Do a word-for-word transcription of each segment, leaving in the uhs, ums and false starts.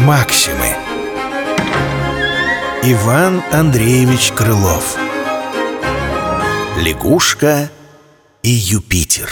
Максимы. Иван Андреевич Крылов. Лягушка и Юпитер.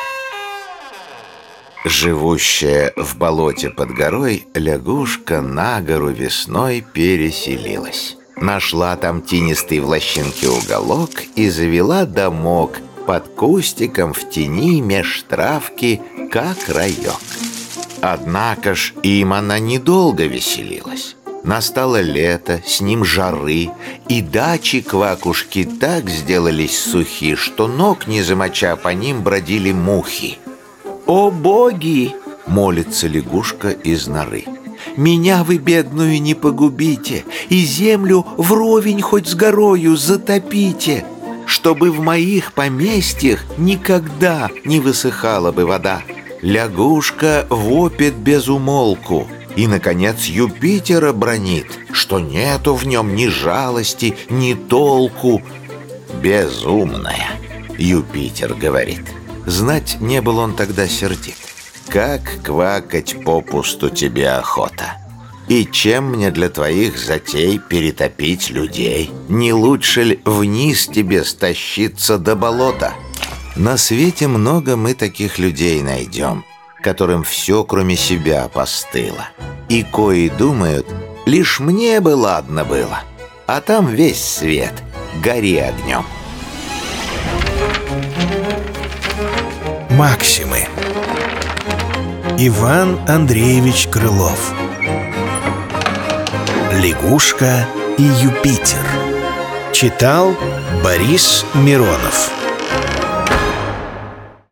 Живущая в болоте под горой, лягушка на гору весной переселилась. Нашла там тинистый в лощинке уголок и завела домок под кустиком в тени меж травки, как раек. Однако ж им она недолго веселилась. Настало лето, с ним жары, и дачи квакушки так сделались сухи, что ног не замоча по ним бродили мухи. «О боги!» — молится лягушка из норы. «Меня вы, бедную, не погубите, и землю вровень хоть с горою затопите, чтобы в моих поместьях никогда не высыхала бы вода». Лягушка вопит без умолку и, наконец, Юпитера бранит, что нету в нем ни жалости, ни толку. «Безумная», — Юпитер говорит. Знать, не был он тогда сердит. «Как квакать попусту тебе охота? И чем мне для твоих затей перетопить людей? Не лучше ли вниз тебе стащиться до болота?» На свете много мы таких людей найдем, которым все, кроме себя, постыло. И кои думают, лишь мне бы ладно было, а там весь свет, гори огнем. Максимы. Иван Андреевич Крылов. Лягушка и Юпитер. Читал Борис Миронов.